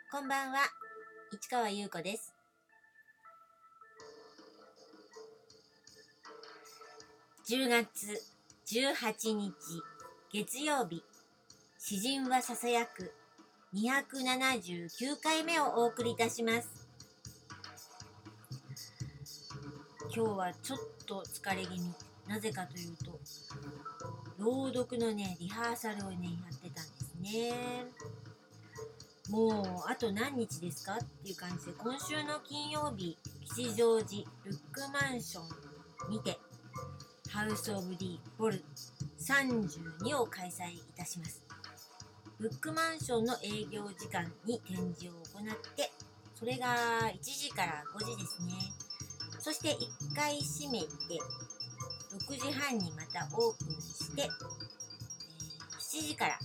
こんばんは、市川優子です。10月18日月曜日、詩人はささやく279回目をお送りいたします。今日はちょっと疲れ気味。なぜかというと、朗読のね、リハーサルをね、やってたんですね。もうあと何日ですかっていう感じで、今週の金曜日、吉祥寺ルックマンションにてハウスオブ D ボル32を開催いたします。ブックマンションの営業時間に展示を行って、それが1時から5時ですね。そして1回閉めて6時半にまたオープンして、7時から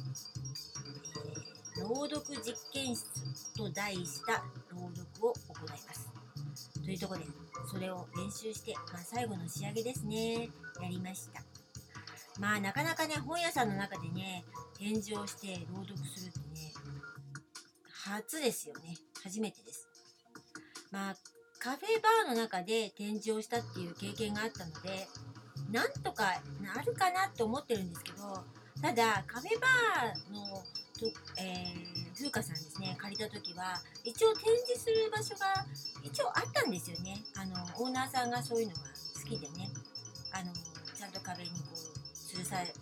朗読実験室と題した朗読を行います。というところで、それを練習して、最後の仕上げですね、やりました。なかなかね、本屋さんの中でね、展示をして朗読するってね、初ですよね。初めてです。カフェバーの中で展示をしたっていう経験があったので、なんとかなるかなって思ってるんですけど、ただカフェバーの風花さんですね、借りた時は一応展示する場所が一応あったんですよね。オーナーさんがそういうのが好きでね、ちゃんと壁にこう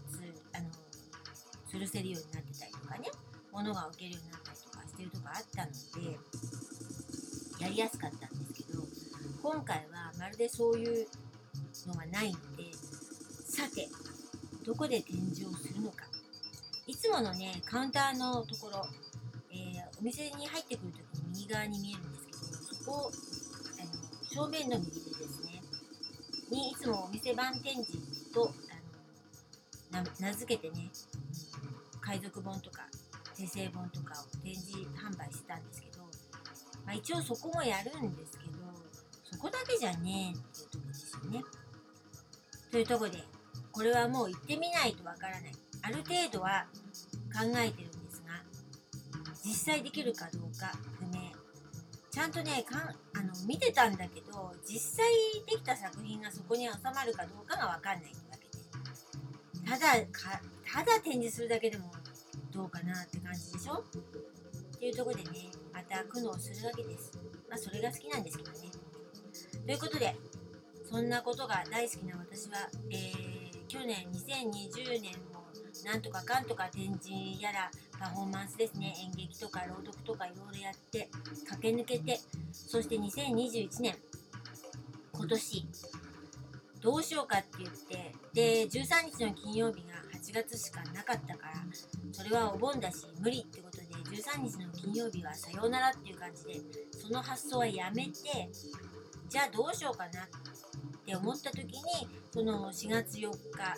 吊るせるようになってたりとかね、物が置けるようになったりとかしてるとこあったのでやりやすかったんですけど、今回はまるでそういうのがないので、さてどこで展示をするのか。いつものね、カウンターのところ、お店に入ってくるときに右側に見えるんですけど、そこを正面の右手ですねに、いつもお店番展示と名付けてね、海賊本とか手製本とかを展示販売してたんですけど、一応そこもやるんですけど、そこだけじゃねえっていうところですよね。というところで、これはもう行ってみないとわからない。ある程度は考えてるんですが、実際できるかどうか不明。ちゃんとね、見てたんだけど、実際できた作品がそこに収まるかどうかがわかんないわけで、ただ展示するだけでもどうかなって感じでしょっていうところでね、また苦悩するわけです。それが好きなんですけどね。ということで、そんなことが大好きな私は、去年2020年もなんとかかんとか展示やらパフォーマンスですね、演劇とか朗読とかいろいろやって駆け抜けて、そして2021年今年どうしようかって言って、で13日の金曜日が8月しかなかったから、それはお盆だし無理ってことで、13日の金曜日はさようならっていう感じで、その発想はやめて、じゃあどうしようかなって思った時に、その4月4日、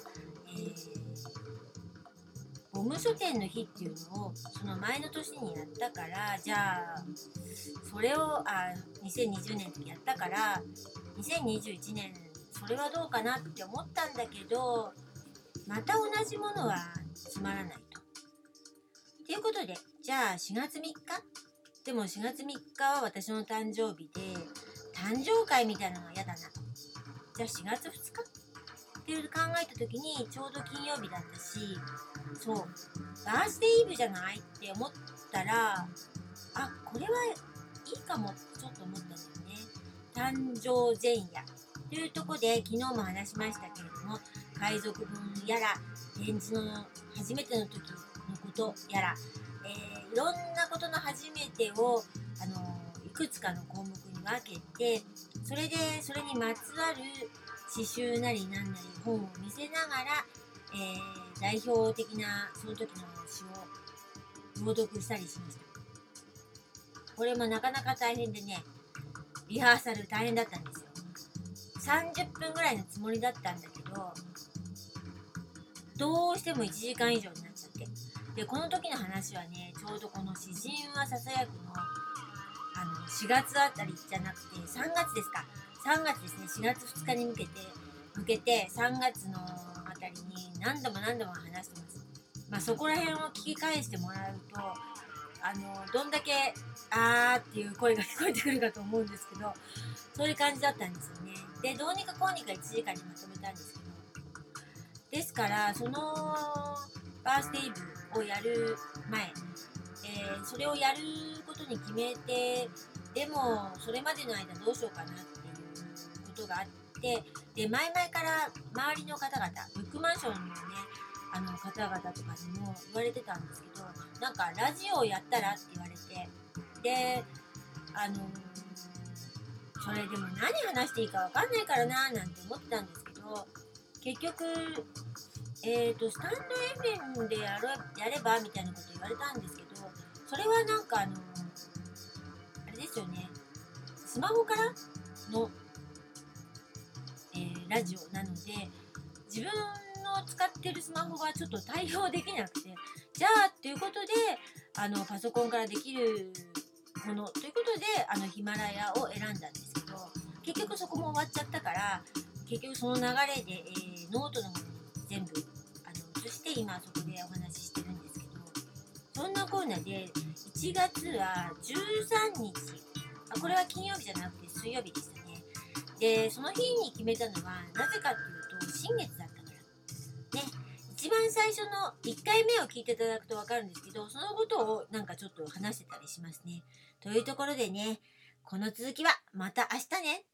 ボム書店の日っていうのをその前の年にやったから、じゃあそれを2020年の時やったから、2021年それはどうかなって思ったんだけど、また同じものはつまらないと。ということで、じゃあ4月3日、でも4月3日は私の誕生日で、誕生会みたいなのは嫌だな。じゃあ4月2日っていう考えた時にちょうど金曜日だったし、そうバースデーイブじゃないって思ったら、これはいいかもってちょっと思ったんだよね。誕生前夜というところで、昨日も話しましたけれども、海賊本やら展示の初めての時のことやら、いろんなことの初めてをいくつかの項目に分けて、それにまつわる詩集なりなんなり本を見せながら、代表的なその時の詩を朗読したりしました。これもなかなか大変でね、リハーサル大変だったんですよ。30分ぐらいのつもりだったんだけど、どうしても1時間以上になっちゃって、でこの時の話はね、ちょうどこの詩人はささやくの4月あたりじゃなくて3月ですか。3月ですね。4月2日に向けて3月のあたりに何度も話してます。そこら辺を聞き返してもらうと、 どんだけあーっていう声が聞こえてくるかと思うんですけど、そういう感じだったんですよね。でどうにかこうにか1時間にまとめたんですけど、ですからそのバースデーイブをやる前、それをやることに決めて、でもそれまでの間どうしようかなっていうことがあって、で前々から周りの方々、ブックマンションのね方々とかにも言われてたんですけど、なんかラジオをやったらって言われて、でそれでも何話していいか分かんないからなーなんて思ってたんですけど、結局スタンド FM でやればみたいなこと言われたんですけど、それはなんかあれですよね、スマホからの、ラジオなので、自分の使ってるスマホがちょっと対応できなくて、じゃあっていうことでパソコンからできるものということでヒマラヤを選んだんですけど、結局そこも終わっちゃったから、結局その流れで、ノートの方に全部移して今そこでお話ししてるんですけど、そんなコーナーで1月は13日、これは金曜日じゃなくて水曜日でしたね。でその日に決めたのはなぜかっていうと、新月だったからね。一番最初の1回目を聞いていただくと分かるんですけど、そのことをなんかちょっと話してたりしますね。というところでね、この続きはまた明日ね。